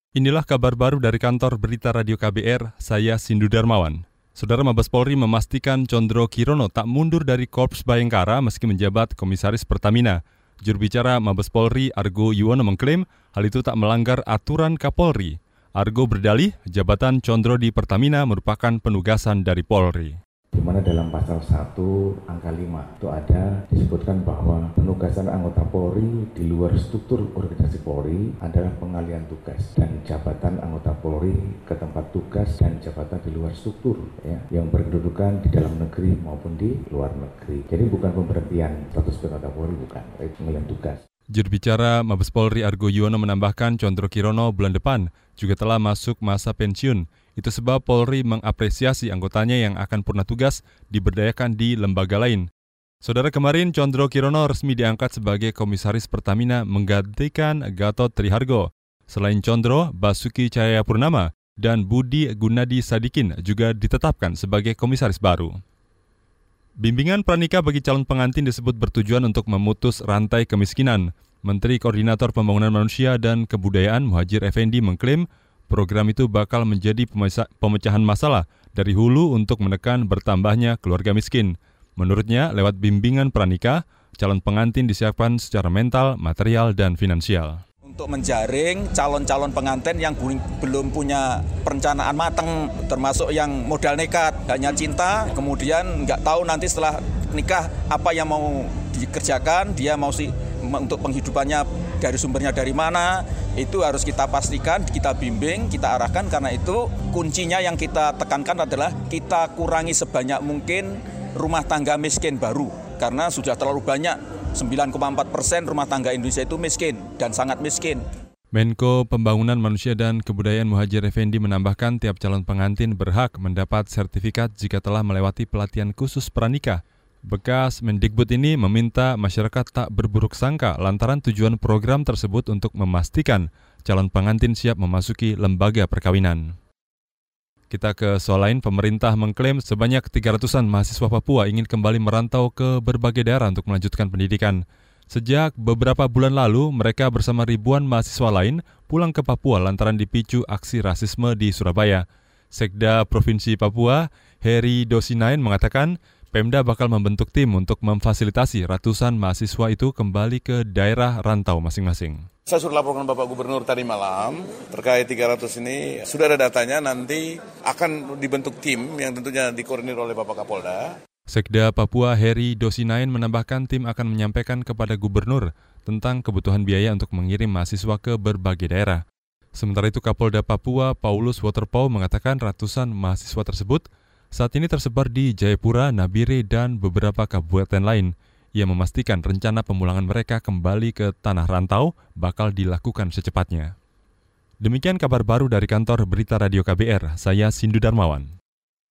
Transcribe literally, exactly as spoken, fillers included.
Inilah kabar baru dari kantor berita Radio K B R, saya Sindu Darmawan. Saudara Mabes Polri memastikan Condro Kirono tak mundur dari Korps Bayangkara meski menjabat Komisaris Pertamina. Juru bicara Mabes Polri Argo Yuwono mengklaim hal itu tak melanggar aturan Kapolri. Argo berdalih jabatan Condro di Pertamina merupakan penugasan dari Polri. Di mana dalam pasal satu angka lima itu ada disebutkan bahwa penugasan anggota Polri di luar struktur organisasi Polri adalah pengalihan tugas dan jabatan anggota Polri ke tempat tugas dan jabatan di luar struktur ya, yang berkedudukan di dalam negeri maupun di luar negeri. Jadi bukan pemberhentian status anggota Polri, bukan, tapi pengalihan tugas. Juru bicara Mabes Polri Argo Yuwono menambahkan Condro Kirono bulan depan juga telah masuk masa pensiun. Itu sebab Polri mengapresiasi anggotanya yang akan purna tugas diberdayakan di lembaga lain. Saudara, kemarin Condro Kirono resmi diangkat sebagai Komisaris Pertamina menggantikan Gatot Trihargo. Selain Condro, Basuki Cahayapurnama dan Budi Gunadi Sadikin juga ditetapkan sebagai komisaris baru. Bimbingan pranikah bagi calon pengantin disebut bertujuan untuk memutus rantai kemiskinan. Menteri Koordinator Pembangunan Manusia dan Kebudayaan Muhadjir Effendi mengklaim program itu bakal menjadi pemecahan masalah dari hulu untuk menekan bertambahnya keluarga miskin. Menurutnya, lewat bimbingan pranikah, calon pengantin disiapkan secara mental, material, dan finansial. Untuk menjaring calon-calon pengantin yang belum punya perencanaan matang, termasuk yang modal nekat, hanya cinta, kemudian nggak tahu nanti setelah nikah apa yang mau dikerjakan, dia mau sih untuk penghidupannya dari sumbernya dari mana, itu harus kita pastikan, kita bimbing, kita arahkan. Karena itu kuncinya yang kita tekankan adalah kita kurangi sebanyak mungkin rumah tangga miskin baru. Karena sudah terlalu banyak, sembilan koma empat persen rumah tangga Indonesia itu miskin dan sangat miskin. Menko Pembangunan Manusia dan Kebudayaan Muhadjir Effendi menambahkan tiap calon pengantin berhak mendapat sertifikat jika telah melewati pelatihan khusus pranikah. Bekas Mendikbud ini meminta masyarakat tak berburuk sangka lantaran tujuan program tersebut untuk memastikan calon pengantin siap memasuki lembaga perkawinan. Kita ke soal lain, pemerintah mengklaim sebanyak tiga ratusan mahasiswa Papua ingin kembali merantau ke berbagai daerah untuk melanjutkan pendidikan. Sejak beberapa bulan lalu, mereka bersama ribuan mahasiswa lain pulang ke Papua lantaran dipicu aksi rasisme di Surabaya. Sekda Provinsi Papua, Heri Dosinain mengatakan, Pemda bakal membentuk tim untuk memfasilitasi ratusan mahasiswa itu kembali ke daerah rantau masing-masing. Saya sudah laporkan Bapak Gubernur tadi malam terkait tiga ratus ini. Sudah ada datanya, nanti akan dibentuk tim yang tentunya dikoordinir oleh Bapak Kapolda. Sekda Papua Heri Dosinain menambahkan tim akan menyampaikan kepada Gubernur tentang kebutuhan biaya untuk mengirim mahasiswa ke berbagai daerah. Sementara itu Kapolda Papua Paulus Waterpau mengatakan ratusan mahasiswa tersebut saat ini tersebar di Jayapura, Nabire, dan beberapa kabupaten lain. Ia memastikan rencana pemulangan mereka kembali ke tanah rantau bakal dilakukan secepatnya. Demikian kabar baru dari kantor berita Radio K B R, saya Sindu Darmawan.